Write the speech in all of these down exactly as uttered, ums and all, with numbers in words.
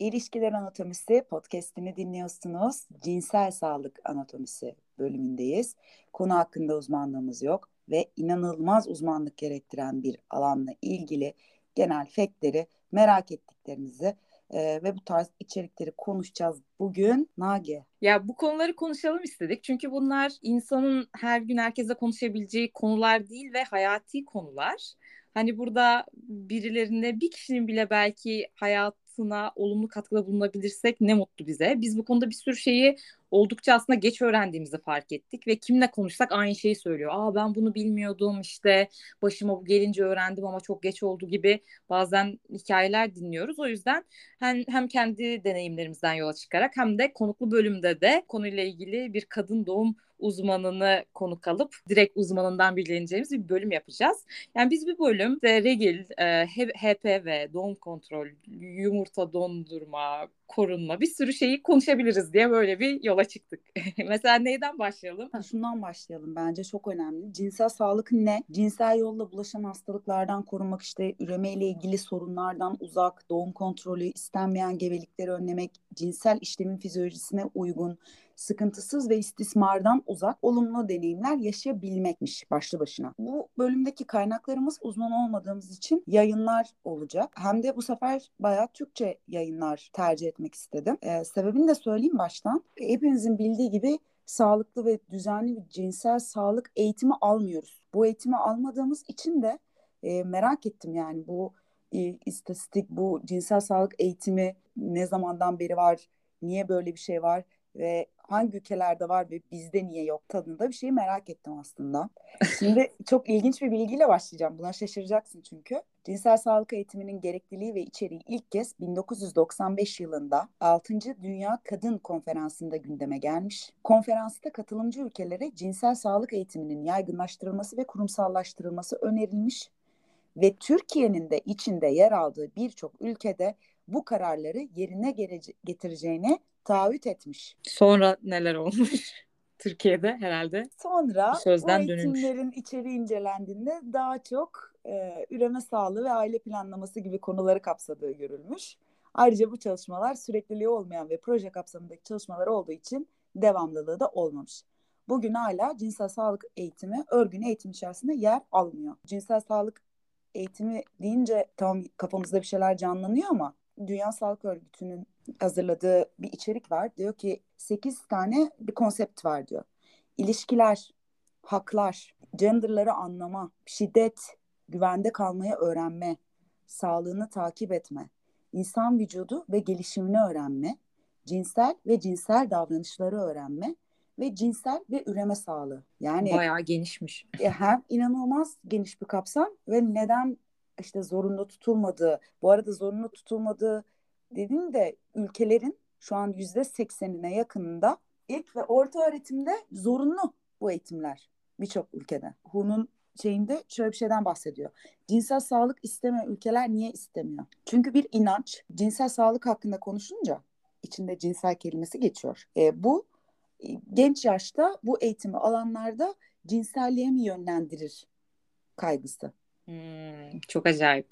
İlişkiler Anatomisi podcast'ini dinliyorsunuz. Cinsel Sağlık Anatomisi bölümündeyiz. Konu hakkında uzmanlığımız yok ve inanılmaz uzmanlık gerektiren bir alanla ilgili genel factleri, merak ettiklerimizi e, ve bu tarz içerikleri konuşacağız bugün. Nage. Ya bu konuları konuşalım istedik. Çünkü bunlar insanın her gün herkesle konuşabileceği konular değil ve hayati konular. Hani burada birilerine, bir kişinin bile belki hayatına olumlu katkıda bulunabilirsek ne mutlu bize. Biz bu konuda bir sürü şeyi oldukça aslında geç öğrendiğimizi fark ettik ve kimle konuşsak aynı şeyi söylüyor. Aa, ben bunu bilmiyordum, işte başıma bu gelince öğrendim ama çok geç oldu gibi bazen hikayeler dinliyoruz. O yüzden hem, hem kendi deneyimlerimizden yola çıkarak hem de konuklu bölümde de konuyla ilgili bir kadın doğum uzmanını konuk alıp direkt uzmanından bilgileneceğimiz bir bölüm yapacağız. Yani biz bir bölüm de regil, e, H P V, doğum kontrol, yumurta dondurma, korunma, bir sürü şeyi konuşabiliriz diye böyle bir yola çıktık. Mesela neyden başlayalım? Şundan başlayalım, bence çok önemli. Cinsel sağlık ne? Cinsel yolla bulaşan hastalıklardan korunmak, işte üreme ile ilgili sorunlardan uzak, doğum kontrolü, istenmeyen gebelikleri önlemek, cinsel işlemin fizyolojisine uygun, sıkıntısız ve istismardan uzak olumlu deneyimler yaşayabilmekmiş başlı başına. Bu bölümdeki kaynaklarımız uzman olmadığımız için yayınlar olacak. Hem de bu sefer bayağı Türkçe yayınlar tercih etmek istedim. Ee, sebebini de söyleyeyim baştan. Hepinizin bildiği gibi sağlıklı ve düzenli bir cinsel sağlık eğitimi almıyoruz. Bu eğitimi almadığımız için de e, merak ettim, yani bu e, istatistik, bu cinsel sağlık eğitimi ne zamandan beri var, niye böyle bir şey var ve hangi ülkelerde var ve bizde niye yok tadında bir şeyi merak ettim aslında. Şimdi çok ilginç bir bilgiyle başlayacağım. Buna şaşıracaksın çünkü. Cinsel sağlık eğitiminin gerekliliği ve içeriği ilk kez bin dokuz yüz doksan beş yılında altıncı Dünya Kadın Konferansı'nda gündeme gelmiş. Konferansta katılımcı ülkelere cinsel sağlık eğitiminin yaygınlaştırılması ve kurumsallaştırılması önerilmiş ve Türkiye'nin de içinde yer aldığı birçok ülkede bu kararları yerine getireceğine taahhüt etmiş. Sonra neler olmuş? Türkiye'de herhalde Sonra bu bu sözden dönülmüş. eğitimlerin içeriği incelendiğinde daha çok e, üreme sağlığı ve aile planlaması gibi konuları kapsadığı görülmüş. Ayrıca bu çalışmalar sürekliliği olmayan ve proje kapsamındaki çalışmalar olduğu için devamlılığı da olmamış. Bugün hala cinsel sağlık eğitimi örgün eğitim içerisinde yer almıyor. Cinsel sağlık eğitimi deyince tamam, kafamızda bir şeyler canlanıyor ama Dünya Sağlık Örgütü'nün hazırladığı bir içerik var. Diyor ki sekiz tane bir konsept var diyor. İlişkiler, haklar, genderları anlama, şiddet, güvende kalmayı öğrenme, sağlığını takip etme, insan vücudu ve gelişimini öğrenme, cinsel ve cinsel davranışları öğrenme ve cinsel ve üreme sağlığı. Yani Bayağı genişmiş. e, hem inanılmaz geniş bir kapsam ve neden işte zorunlu tutulmadığı, bu arada zorunlu tutulmadığı dediğim de ülkelerin şu an yüzde seksenine yakınında ilk ve orta öğretimde zorunlu bu eğitimler birçok ülkede. W H O'nun şeyinde şöyle bir şeyden bahsediyor. Cinsel sağlık istemeyen ülkeler niye istemiyor? Çünkü bir inanç, cinsel sağlık hakkında konuşunca içinde cinsel kelimesi geçiyor. E, bu e, genç yaşta bu eğitimi alanlarda cinselliğe mi yönlendirir kaygısı. Hmm, çok acayip.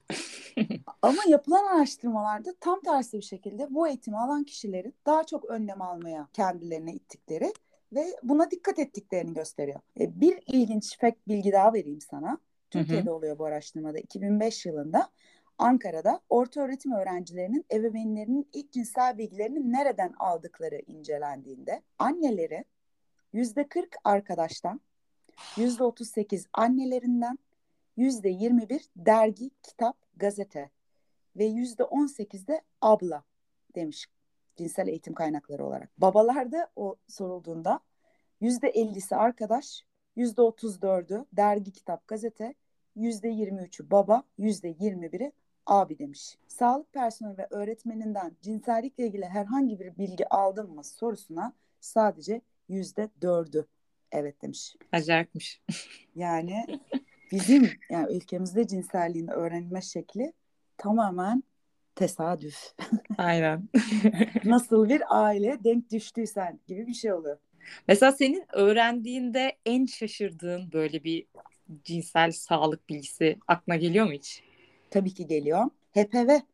Ama yapılan araştırmalarda tam tersi bir şekilde bu eğitimi alan kişilerin daha çok önlem almaya kendilerine ittikleri ve buna dikkat ettiklerini gösteriyor. E, bir ilginç fact bilgi daha vereyim sana. Hı hı. Türkiye'de oluyor bu araştırmada. iki bin beş yılında Ankara'da ortaöğretim öğrencilerinin ebeveynlerinin ilk cinsel bilgilerini nereden aldıkları incelendiğinde anneleri yüzde kırk arkadaştan, yüzde otuz sekiz annelerinden, yüzde yirmi bir dergi, kitap, gazete ve yüzde on sekiz de abla demiş cinsel eğitim kaynakları olarak. Babalarda o sorulduğunda yüzde ellisi arkadaş, yüzde otuz dördü dergi, kitap, gazete, yüzde yirmi üçü baba, yüzde yirmi biri abi demiş. Sağlık personeli ve öğretmeninden cinsellikle ilgili herhangi bir bilgi aldın mı sorusuna sadece yüzde dördü evet demiş. Acayipmiş. Yani bizim, yani ülkemizde cinselliğin öğrenilme şekli tamamen tesadüf. Aynen. Nasıl bir aile denk düştüysen gibi bir şey oluyor. Mesela senin öğrendiğinde en şaşırdığın böyle bir cinsel sağlık bilgisi aklına geliyor mu hiç? Tabii ki geliyor. H P V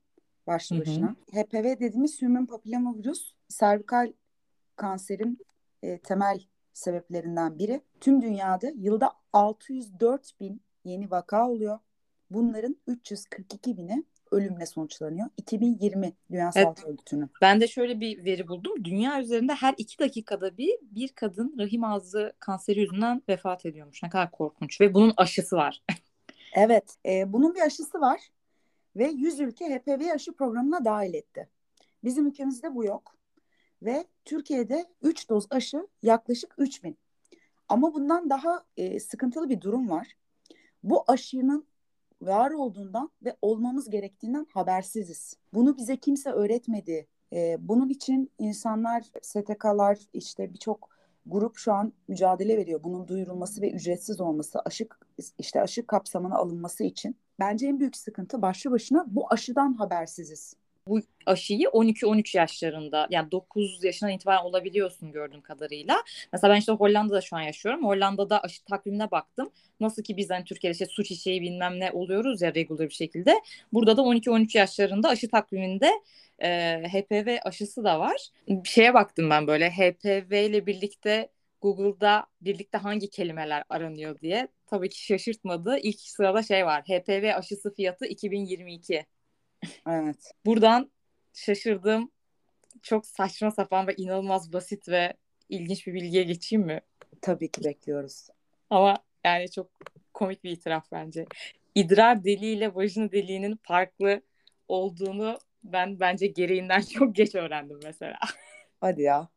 başlı Hı hı. başına. H P V dediğimiz human papillomavirüs servikal kanserin e, temel sebeplerinden biri. Tüm dünyada yılda altı yüz dört bin yeni vaka oluyor. Bunların üç yüz kırk iki bini ölümle sonuçlanıyor. iki bin yirmi Dünya Evet, Sağlık Örgütü'nün. ben de şöyle bir veri buldum. Dünya üzerinde her iki dakikada bir bir kadın rahim ağzı kanseri yüzünden vefat ediyormuş. Ne kadar korkunç. Ve bunun aşısı var. Evet, e, bunun bir aşısı var ve yüz ülke H P V aşı programına dahil etti. Bizim ülkemizde bu yok ve Türkiye'de üç doz aşı yaklaşık üç bin. Ama bundan daha e, sıkıntılı bir durum var. Bu aşının var olduğundan ve olmamız gerektiğinden habersiziz. Bunu bize kimse öğretmedi. Ee, bunun için insanlar, S T K'lar, işte birçok grup şu an mücadele veriyor. Bunun duyurulması ve ücretsiz olması, aşı işte aşı kapsamına alınması için. Bence en büyük sıkıntı başlı başına bu aşıdan habersiziz. Bu aşıyı on iki on üç yaşlarında, yani dokuz yaşından itibaren olabiliyorsun gördüğüm kadarıyla. Mesela ben işte Hollanda'da şu an yaşıyorum. Hollanda'da aşı takvimine baktım. Nasıl ki biz hani Türkiye'de işte su çiçeği bilmem ne oluyoruz ya regular bir şekilde. Burada da on iki on üç yaşlarında aşı takviminde e, H P V aşısı da var. Bir şeye baktım ben böyle H P V ile birlikte Google'da birlikte hangi kelimeler aranıyor diye. Tabii ki şaşırtmadı. İlk sırada şey var. H P V aşısı fiyatı iki bin yirmi iki. Evet, Buradan şaşırdım. Çok saçma sapan ve inanılmaz basit ve ilginç bir bilgiye geçeyim mi? tabii ki bekliyoruz. Ama yani çok komik bir itiraf bence. İdrar deliği ile vajina deliğinin farklı olduğunu ben bence gereğinden çok geç öğrendim mesela. Hadi ya.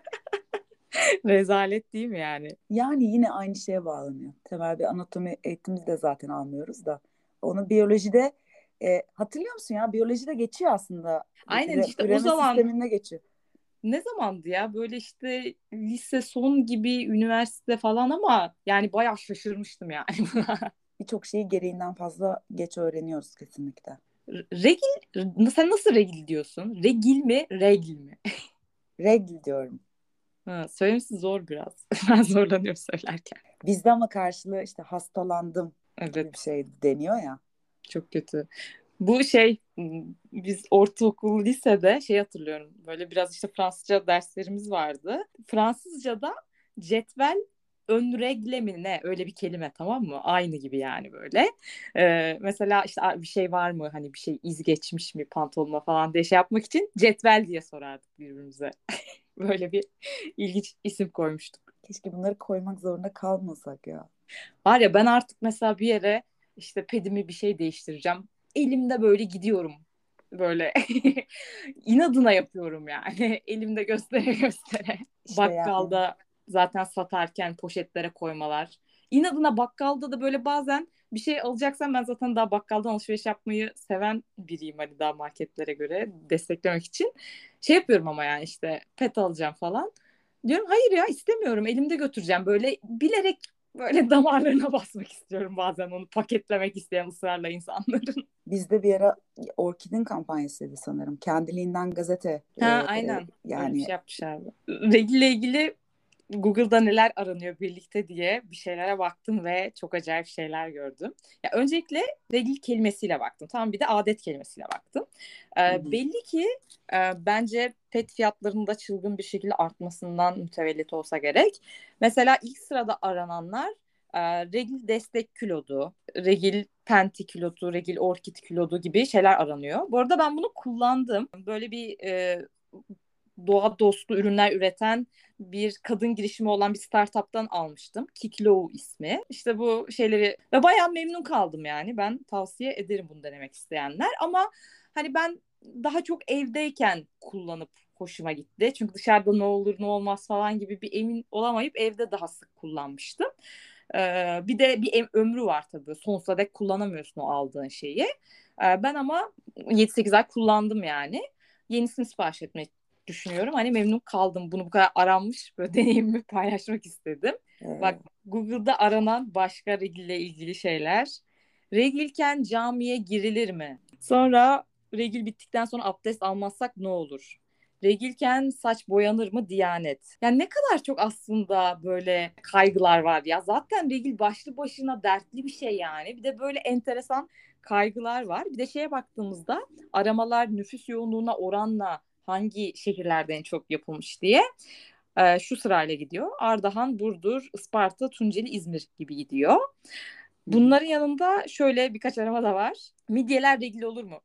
Rezalet değil mi yani? Yani yine aynı şeye bağlanıyor. Temel bir anatomi eğitimi de zaten almıyoruz da. Onu biyolojide e, hatırlıyor musun ya? Biyolojide geçiyor aslında. Aynen Üre- işte o üreme zaman sisteminde geçiyor. ne zamandı ya? Böyle işte lise son gibi üniversite falan ama yani bayağı şaşırmıştım yani. Birçok şeyi gereğinden fazla geç öğreniyoruz kesinlikle. Regil, sen nasıl regil diyorsun? Regil mi, regil mi? Regl diyorum. Ha, söylemesi zor biraz. Ben zorlanıyorum söylerken. Bizde ama karşılığı işte hastalandım gibi bir Evet, şey deniyor ya. çok kötü. Bu şey, biz ortaokul, lisede şey hatırlıyorum. Böyle biraz işte Fransızca derslerimiz vardı. Fransızca'da cetvel ön regle mi ne öyle bir kelime, tamam mı? Aynı gibi yani böyle. Ee, mesela işte bir şey var mı, hani bir şey iz geçmiş mi pantolonuma falan diye şey yapmak için cetvel diye sorardık birbirimize. Böyle bir ilginç isim koymuştuk. Keşke bunları koymak zorunda kalmasak ya. Var ya, ben artık mesela bir yere işte pedimi bir şey değiştireceğim. Elimde böyle gidiyorum. Böyle inadına yapıyorum yani. Elimde göstere göstere. İşte yani Bakkalda zaten satarken poşetlere koymalar. İnadına bakkalda da böyle bazen bir şey alacaksam, ben zaten daha bakkaldan alışveriş yapmayı seven biriyim hani, daha marketlere göre desteklemek için. Şey yapıyorum ama yani işte pet alacağım falan. Diyorum hayır ya, istemiyorum, elimde götüreceğim, böyle bilerek böyle damarlarına basmak istiyorum bazen, onu paketlemek isteyen ısrarla insanların. bizde bir ara Orkid'in kampanyasıydı sanırım. Kendiliğinden gazete Ha, e, aynen öyle bir yani şey yapmışlardı. Regil ile ilgili Google'da neler aranıyor birlikte diye bir şeylere baktım ve çok acayip şeyler gördüm. Ya öncelikle regil kelimesiyle baktım. Tamam, bir de adet kelimesiyle baktım. hı Ee, hı. belli ki e, bence pet fiyatlarının da çılgın bir şekilde artmasından mütevellit olsa gerek. Mesela ilk sırada arananlar e, regil destek kilodu, regil penti kilodu, regil orkid kilodu gibi şeyler aranıyor. Bu arada ben bunu kullandım. Böyle bir e, doğa dostu ürünler üreten bir kadın girişimi olan bir startup'tan almıştım. Kiklow ismi. İşte bu şeyleri ve bayağı memnun kaldım yani. Ben tavsiye ederim bunu denemek isteyenler. Ama hani ben daha çok evdeyken kullanıp hoşuma gitti. Çünkü dışarıda ne olur ne olmaz falan gibi bir emin olamayıp evde daha sık kullanmıştım. Ee, bir de bir em- ömrü var tabii. Sonsuza dek kullanamıyorsun o aldığın şeyi. Ee, ben ama yedi sekiz ay kullandım yani. Yenisini sipariş etmek düşünüyorum. Hani memnun kaldım. Bunu bu kadar aranmış, böyle deneyimimi paylaşmak istedim. Bak, E, Google'da aranan başka regl ile ilgili şeyler. Regilken camiye girilir mi? Sonra regil bittikten sonra abdest almazsak ne olur? Regilken saç boyanır mı Diyanet. Yani ne kadar çok aslında böyle kaygılar var ya. Zaten regil başlı başına dertli bir şey yani. Bir de böyle enteresan kaygılar var. Bir de şeye baktığımızda aramalar nüfus yoğunluğuna oranla hangi şehirlerde en çok yapılmış diye e, şu sırayla gidiyor. Ardahan, Burdur, Isparta, Tunceli, İzmir gibi gidiyor. Bunların yanında şöyle birkaç arama da var. Midyeler regil olur mu?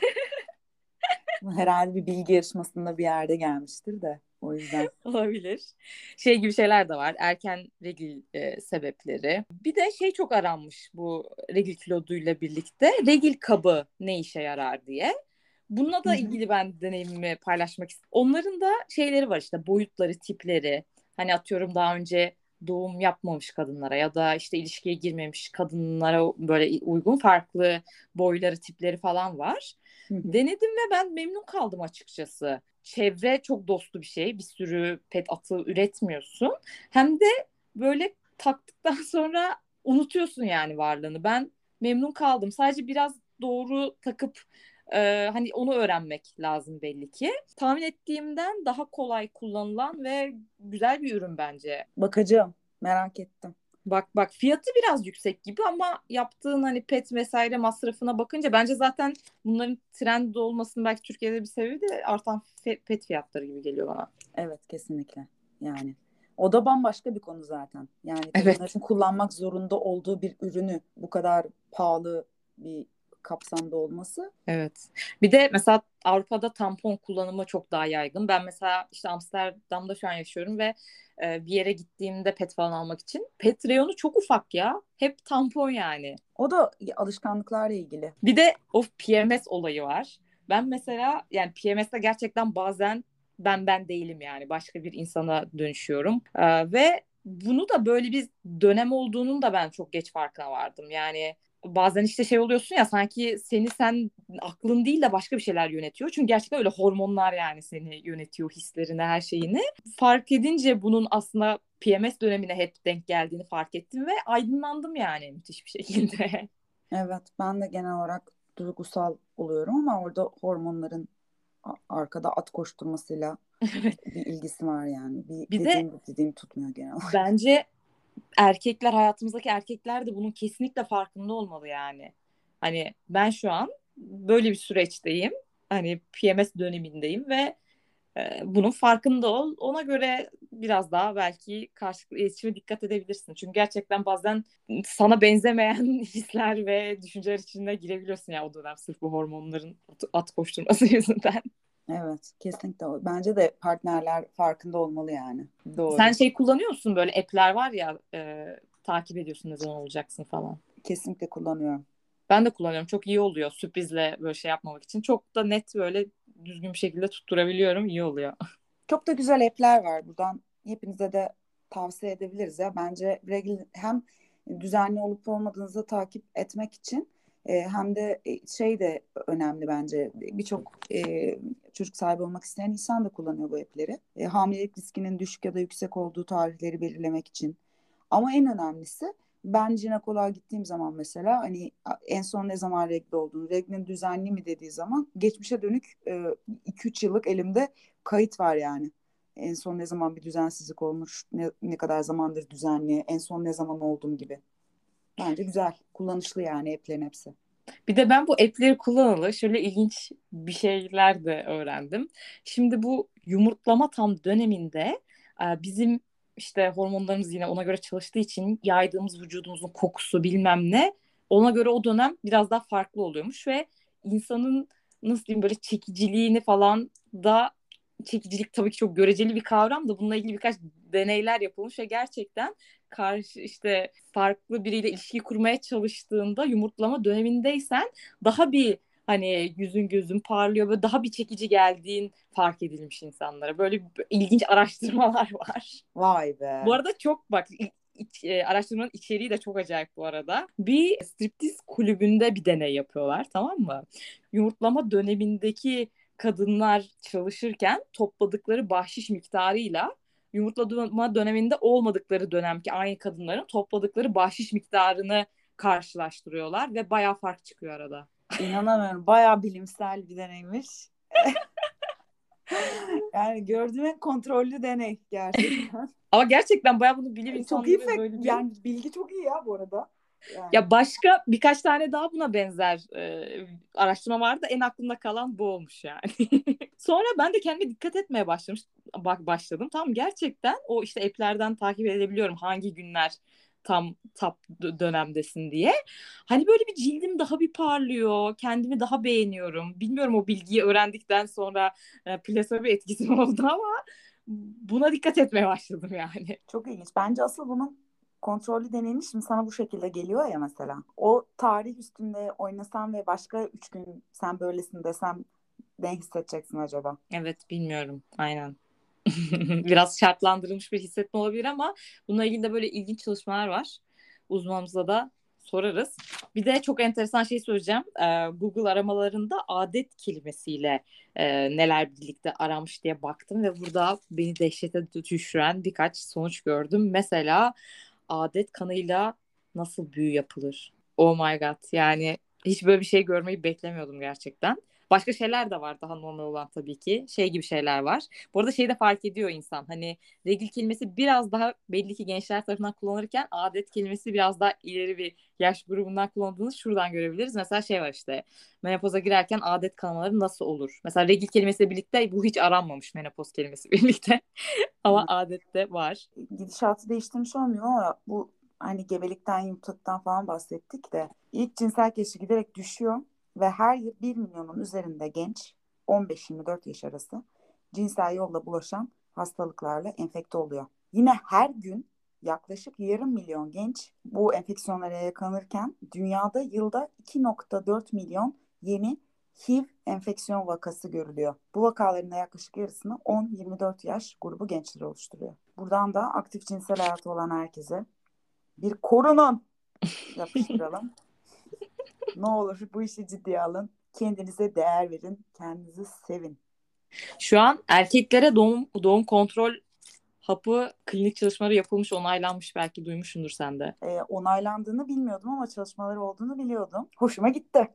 Herhalde bir bilgi yarışmasında bir yerde gelmiştir de o yüzden. Olabilir. Şey gibi şeyler de var. Erken regl e, sebepleri. Bir de şey çok aranmış bu regl kiloduyla birlikte. Regl kabı ne işe yarar diye. Bununla Hı da hı. ilgili ben deneyimimi paylaşmak istedim. Onların da şeyleri var işte boyutları, tipleri. Hani atıyorum daha önce doğum yapmamış kadınlara ya da işte ilişkiye girmemiş kadınlara böyle uygun farklı boyları, tipleri falan var. Hı hı. Denedim ve ben memnun kaldım açıkçası. Çevre çok dostu bir şey. Bir sürü pet atığı üretmiyorsun. Hem de böyle taktıktan sonra unutuyorsun yani varlığını. Ben memnun kaldım. Sadece biraz doğru takıp e, hani onu öğrenmek lazım belli ki. Tahmin ettiğimden daha kolay kullanılan ve güzel bir ürün bence. Bakacağım. Merak ettim. Bak bak fiyatı biraz yüksek gibi ama yaptığın hani pet vesaire masrafına bakınca bence zaten bunların trend olmasının belki Türkiye'de bir sebebi de artan fe- pet fiyatları gibi geliyor bana. Evet, kesinlikle. Yani o da bambaşka bir konu zaten. Yani Evet. kadınların kullanmak zorunda olduğu bir ürünü bu kadar pahalı bir kapsamda olması. Evet. Bir de mesela Avrupa'da tampon kullanımı çok daha yaygın. Ben mesela işte Amsterdam'da şu an yaşıyorum ve e, bir yere gittiğimde pet falan almak için pet reyonu çok ufak ya. Hep tampon yani. O da alışkanlıklarla ilgili. Bir de o P M S olayı var. Ben mesela yani P M S'te gerçekten bazen ben ben değilim yani başka bir insana dönüşüyorum. Ee, ve bunu da böyle bir dönem olduğunun da ben çok geç farkına vardım. Yani bazen işte şey oluyorsun ya sanki seni sen aklın değil de başka bir şeyler yönetiyor. Çünkü gerçekten öyle hormonlar yani seni yönetiyor hislerini her şeyini. Fark edince bunun aslında P M S dönemine hep denk geldiğini fark ettim ve aydınlandım yani müthiş bir şekilde. Evet, ben de genel olarak duygusal oluyorum ama orada hormonların a- arkada at koşturmasıyla bir ilgisi var yani. Bir Bir de dediğim dediğim tutmuyor genel olarak. bence erkekler hayatımızdaki erkekler de bunun kesinlikle farkında olmalı yani. Hani ben şu an böyle bir süreçteyim. Hani P M S dönemindeyim ve e, bunun farkında ol. Ona göre biraz daha belki karşılıklı iletişime dikkat edebilirsin. Çünkü gerçekten bazen sana benzemeyen hisler ve düşünceler içine girebiliyorsun ya o dönem sırf bu hormonların at, at koşturması yüzünden. Evet, kesinlikle. o. Bence de partnerler farkında olmalı yani. Sen Doğru. şey kullanıyor musun böyle app'ler var ya e, takip ediyorsun ne zaman olacaksın falan. Kesinlikle kullanıyorum. Ben de kullanıyorum. Çok iyi oluyor sürprizle böyle şey yapmamak için. Çok da net böyle düzgün bir şekilde tutturabiliyorum. İyi oluyor. Çok da güzel app'ler var. Buradan hepinize de tavsiye edebiliriz ya. Bence regl hem düzenli olup olmadığınızı takip etmek için e, hem de e, şey de önemli bence. Birçok e, çocuk sahibi olmak isteyen insan da kullanıyor bu app'leri. E, hamilelik riskinin düşük ya da yüksek olduğu tarihleri belirlemek için. Ama en önemlisi ben jinekoloğa gittiğim zaman mesela hani en son ne zaman regl olduğunu, reglin düzenli mi dediği zaman geçmişe dönük e, iki üç yıllık elimde kayıt var yani. En son ne zaman bir düzensizlik olmuş, ne, ne kadar zamandır düzenli, en son ne zaman oldum gibi. Bence güzel, kullanışlı yani app'lerin hepsi. Bir de ben bu app'leri kullanalı şöyle ilginç bir şeyler de öğrendim. Şimdi bu yumurtlama tam döneminde e, bizim işte hormonlarımız yine ona göre çalıştığı için yaydığımız vücudumuzun kokusu bilmem ne ona göre o dönem biraz daha farklı oluyormuş ve insanın nasıl diyeyim böyle çekiciliğini falan da çekicilik tabii ki çok göreceli bir kavram da bununla ilgili birkaç deneyler yapılmış ve gerçekten karşı işte farklı biriyle ilişki kurmaya çalıştığında yumurtlama dönemindeysen daha bir hani yüzün gözün parlıyor ve daha bir çekici geldiğin fark edilmiş insanlara. Böyle bir- ilginç araştırmalar var. Vay Bu be. arada çok bak iç, iç- e, araştırmanın içeriği de çok acayip bu arada. Bir striptiz kulübünde bir deney yapıyorlar tamam mı? Yumurtlama dönemindeki kadınlar çalışırken topladıkları bahşiş miktarıyla yumurtlama döneminde olmadıkları dönemki aynı kadınların topladıkları bahşiş miktarını karşılaştırıyorlar ve bayağı fark çıkıyor arada. İnanamıyorum. Bayağı bilimsel bir deneymiş. Yani gördüğüm en kontrollü deney gerçekten. Ama gerçekten bayağı bunu bilim Çok iyi insanları fak- böyle bir... yani bilgi çok iyi ya bu arada. Yani Ya başka birkaç tane daha buna benzer e, araştırma vardı. En aklımda kalan bu olmuş yani. Sonra ben de kendime dikkat etmeye başlamış, bak başladım. Tamam, gerçekten o işte app'lerden takip edebiliyorum hangi günler tam tap dönemdesin diye. Hani böyle bir cildim daha bir parlıyor, kendimi daha beğeniyorum. Bilmiyorum, o bilgiyi öğrendikten sonra e, plasebo etkisi mi oldu ama buna dikkat etmeye başladım yani. çok ilginç. Bence asıl bunun kontrollü deneyimi şimdi sana bu şekilde geliyor ya mesela. O tarih üstünde oynasam ve başka üç gün sen böylesin desem ne hissedeceksin acaba? Evet, bilmiyorum. Aynen. Biraz şartlandırılmış bir hissetme olabilir ama bununla ilgili de böyle ilginç çalışmalar var. Uzmanımıza da sorarız. Bir de çok enteresan şey söyleyeceğim. Ee, Google aramalarında adet kelimesiyle e, neler birlikte aramış diye baktım ve burada beni dehşete düşüren birkaç sonuç gördüm. Mesela adet kanıyla nasıl büyü yapılır? Oh my god. Yani hiç böyle bir şey görmeyi beklemiyordum gerçekten. Başka şeyler de var daha normal olan tabii ki. Şey gibi şeyler var. Bu arada şeyi de fark ediyor insan. Hani regl kelimesi biraz daha belli ki gençler tarafından kullanırken adet kelimesi biraz daha ileri bir yaş grubundan kullanıldığını şuradan görebiliriz. Mesela şey var işte, menopoza girerken adet kanamaları nasıl olur? Mesela regl kelimesiyle birlikte bu hiç aranmamış, menopoz kelimesi birlikte. Ama adette var. Gidişatı değiştirmiş olmuyor ama bu hani gebelikten, yumurtalıktan falan bahsettik de ilk cinsel gelişi giderek düşüyor ve her yıl bir milyonun üzerinde genç on beş yirmi dört yaş arası cinsel yolla bulaşan hastalıklarla enfekte oluyor. Yine her gün yaklaşık yarım milyon genç bu enfeksiyonlara yakalanırken dünyada yılda iki nokta dört milyon yeni H I V enfeksiyon vakası görülüyor. Bu vakaların da yaklaşık yarısını on yirmi dört yaş grubu gençler oluşturuyor. Buradan da aktif cinsel hayatı olan herkese bir korunun yapıştıralım. Ne olur bu işi ciddiye alın. Kendinize değer verin. Kendinizi sevin. Şu an erkeklere doğum doğum kontrol hapı klinik çalışmaları yapılmış, onaylanmış, belki duymuşsundur sen de. Ee, onaylandığını bilmiyordum ama çalışmaları olduğunu biliyordum. Hoşuma gitti.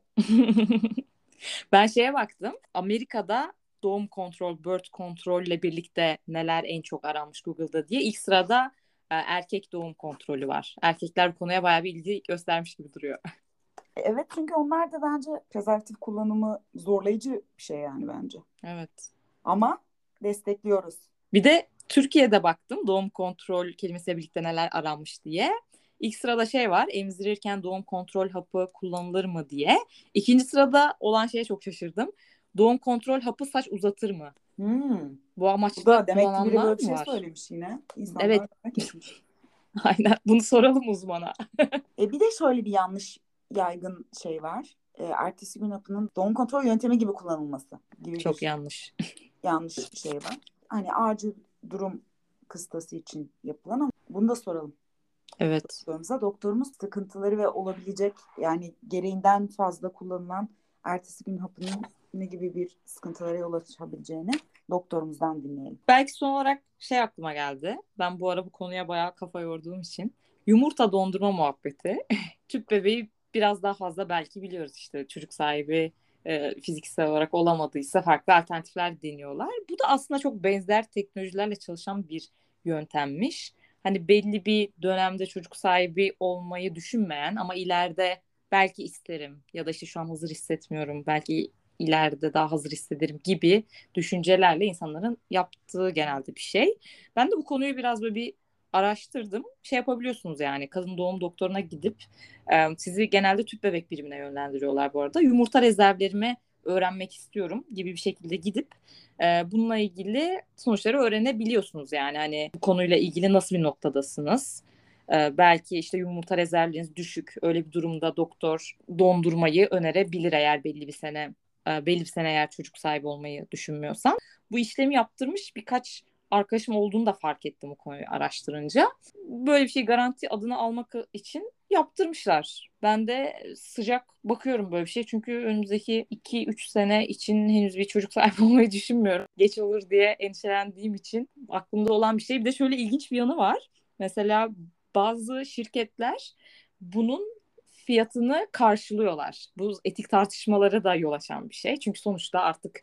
Ben şeye baktım. Amerika'da doğum kontrol, birth control ile birlikte neler en çok aranmış Google'da diye. İlk sırada e, erkek doğum kontrolü var. Erkekler bu konuya bayağı bir ilgi göstermiş gibi duruyor. Evet çünkü onlar da bence prezervatif kullanımı zorlayıcı bir şey yani bence. Evet. Ama destekliyoruz. Bir de Türkiye'de baktım doğum kontrol kelimesiyle birlikte neler aranmış diye. İlk sırada şey var, emzirirken doğum kontrol hapı kullanılır mı diye. İkinci sırada olan şeye çok şaşırdım. Doğum kontrol hapı saç uzatır mı? Hmm. Bu Bu amaçla da demek ki biri kullananlar böyle bir mı şey var? söylemiş yine. Evet, İnsanlar merak etmiş. aynen. Bunu soralım uzmana. E bir de şöyle bir yanlış yaygın şey var. E, ertesi gün hapının doğum kontrol yöntemi gibi kullanılması gibi Çok bir yanlış. yanlış şey var. Hani acil durum kıstası için yapılan ama bunu da soralım Evet. doktorumuza. Doktorumuz sıkıntıları ve olabilecek yani gereğinden fazla kullanılan ertesi gün hapının ne gibi bir sıkıntılara yol açabileceğini doktorumuzdan dinleyelim. Belki son olarak şey aklıma geldi. Ben bu ara bu konuya bayağı kafa yorduğum için. Yumurta dondurma muhabbeti. Tüp bebeği biraz daha fazla belki biliyoruz, işte çocuk sahibi e, fiziksel olarak olamadıysa farklı alternatifler deniyorlar. Bu da aslında çok benzer teknolojilerle çalışan bir yöntemmiş. Hani belli bir dönemde çocuk sahibi olmayı düşünmeyen ama ileride belki isterim ya da işte şu an hazır hissetmiyorum, belki ileride daha hazır hissederim gibi düşüncelerle insanların yaptığı genelde bir şey. Ben de bu konuyu biraz böyle bir araştırdım. Şey yapabiliyorsunuz yani, kadın doğum doktoruna gidip e, sizi genelde tüp bebek birimine yönlendiriyorlar bu arada. Yumurta rezervlerimi öğrenmek istiyorum gibi bir şekilde gidip e, bununla ilgili sonuçları öğrenebiliyorsunuz. Yani hani bu konuyla ilgili nasıl bir noktadasınız? E, belki işte yumurta rezervleriniz düşük. Öyle bir durumda doktor dondurmayı önerebilir eğer belli bir sene e, belli bir sene eğer çocuk sahibi olmayı düşünmüyorsan. Bu işlemi yaptırmış birkaç arkadaşım olduğunu da fark ettim bu konuyu araştırınca. Böyle bir şey garanti adını almak için yaptırmışlar. Ben de sıcak bakıyorum böyle bir şey. Çünkü önümüzdeki iki üç sene için henüz bir çocuk sahibi olmayı düşünmüyorum. Geç olur diye endişelendiğim için aklımda olan bir şey. Bir de şöyle ilginç bir yanı var. Mesela bazı şirketler bunun fiyatını karşılıyorlar. Bu etik tartışmalara da yol açan bir şey. Çünkü sonuçta artık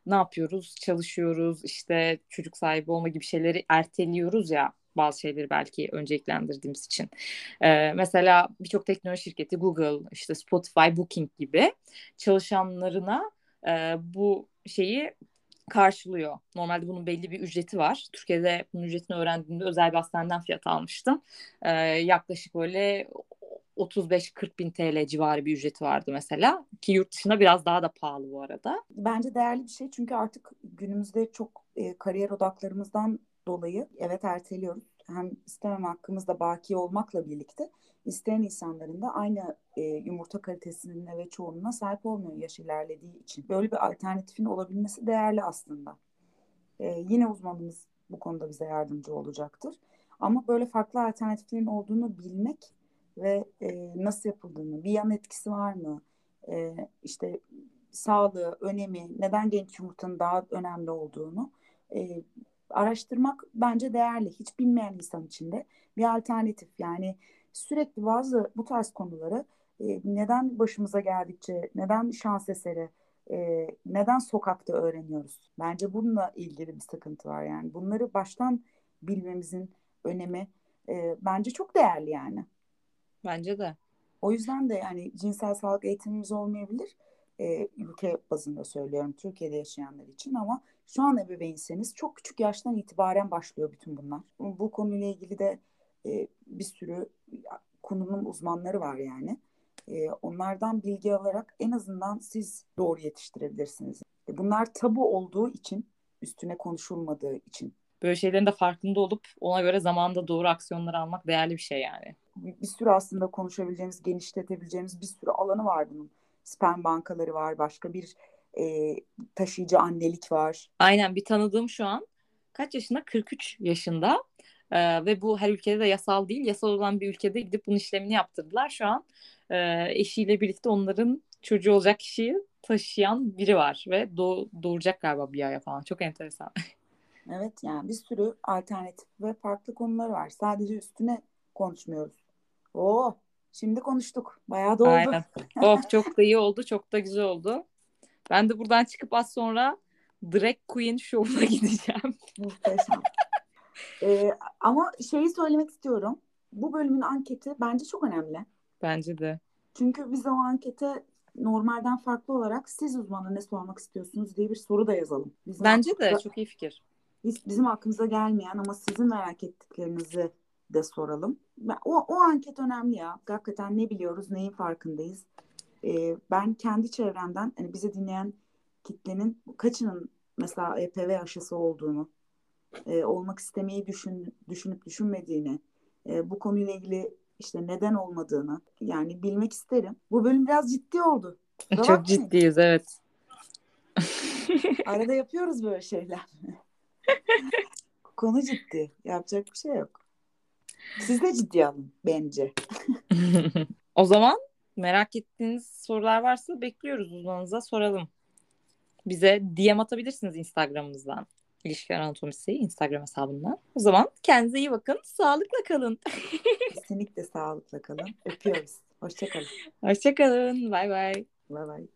ne yapıyoruz? Çalışıyoruz, işte çocuk sahibi olma gibi şeyleri erteliyoruz ya, bazı şeyleri belki önceliklendirdiğimiz için. Ee, mesela birçok teknoloji şirketi, Google, işte Spotify, Booking gibi çalışanlarına e, bu şeyi karşılıyor. Normalde bunun belli bir ücreti var. Türkiye'de bunun ücretini öğrendiğimde özel bir hastaneden fiyat almıştım. Ee, yaklaşık böyle otuz beş kırk bin T L civarı bir ücreti vardı mesela. Ki yurt dışında biraz daha da pahalı bu arada. Bence değerli bir şey çünkü artık günümüzde çok e, kariyer odaklarımızdan dolayı evet erteliyoruz. Hem istememe hakkımız da baki olmakla birlikte isteyen insanların da aynı e, yumurta kalitesine ve çoğunluğuna sahip olmuyor yaş ilerlediği için. Böyle bir alternatifin olabilmesi değerli aslında. E, yine uzmanımız bu konuda bize yardımcı olacaktır. Ama böyle farklı alternatiflerin olduğunu bilmek ve e, nasıl yapıldığını, bir yan etkisi var mı, e, işte sağlığı, önemi, neden genç yumurtanın daha önemli olduğunu e, araştırmak bence değerli. Hiç bilmeyen insan için de bir alternatif. Yani sürekli bazı bu tarz konuları e, neden başımıza geldikçe, neden şans eseri, e, neden sokakta öğreniyoruz? Bence bununla ilgili bir sıkıntı var yani. Bunları baştan bilmemizin önemi e, bence çok değerli yani. Bence de. O yüzden de yani cinsel sağlık eğitimimiz olmayabilir. E, ülke bazında söylüyorum Türkiye'de yaşayanlar için ama şu an ebeveynseniz çok küçük yaştan itibaren başlıyor bütün bunlar. Bu konuyla ilgili de e, bir sürü konunun uzmanları var yani. E, onlardan bilgi alarak en azından siz doğru yetiştirebilirsiniz. E, bunlar tabu olduğu için, üstüne konuşulmadığı için. Böyle şeylerin de farkında olup ona göre zamanında doğru aksiyonları almak değerli bir şey yani. Bir, bir sürü aslında konuşabileceğimiz, genişletebileceğimiz bir sürü alanı var bunun. Sperm bankaları var, başka bir e, taşıyıcı annelik var. Aynen, bir tanıdığım şu an kaç yaşında? kırk üç yaşında. Ee, ve bu her ülkede de yasal değil. Yasal olan bir ülkede gidip bunun işlemini yaptırdılar. Şu an e, eşiyle birlikte onların çocuğu olacak kişiyi taşıyan biri var ve doğ- doğuracak galiba bir aya falan. Çok enteresan. Evet yani bir sürü alternatif ve farklı konular var. Sadece üstüne konuşmuyoruz. Oo, şimdi konuştuk. Bayağı da oldu. Aynen. Oh, çok da iyi oldu. Çok da güzel oldu. Ben de buradan çıkıp az sonra Drag Queen şovuna gideceğim. Muhteşem. Ee, ama şeyi söylemek istiyorum. Bu bölümün anketi bence çok önemli. Bence de. Çünkü biz o ankete normalden farklı olarak siz uzmana ne sormak istiyorsunuz diye bir soru da yazalım. Bizim Bence de aklımıza, çok iyi fikir. biz, bizim aklımıza gelmeyen ama sizin merak ettiklerinizi de soralım. Ben- O, o anket önemli ya. Hakikaten ne biliyoruz, neyin farkındayız. Ee, ben kendi çevremden hani bizi dinleyen kitlenin kaçının mesela H P V aşısı olduğunu, e, olmak istemeyi düşün, düşünüp düşünmediğini, e, bu konuyla ilgili işte neden olmadığını yani bilmek isterim. Bu bölüm biraz ciddi oldu. Kusura Çok bakmayın. ciddiyiz, evet. Arada yapıyoruz böyle şeyler. Konu ciddi. Yapacak bir şey yok. Siz de ciddiye alın bence. O zaman merak ettiğiniz sorular varsa bekliyoruz, uzmanınıza soralım. Bize D M atabilirsiniz Instagram'ımızdan. İlişkiler Anatomisi Instagram hesabından. O zaman kendinize iyi bakın. Sağlıkla kalın. Kesinlikle sağlıkla kalın. Öpüyoruz. Hoşça kalın. Hoşça kalın. Bay bay. Bay bay.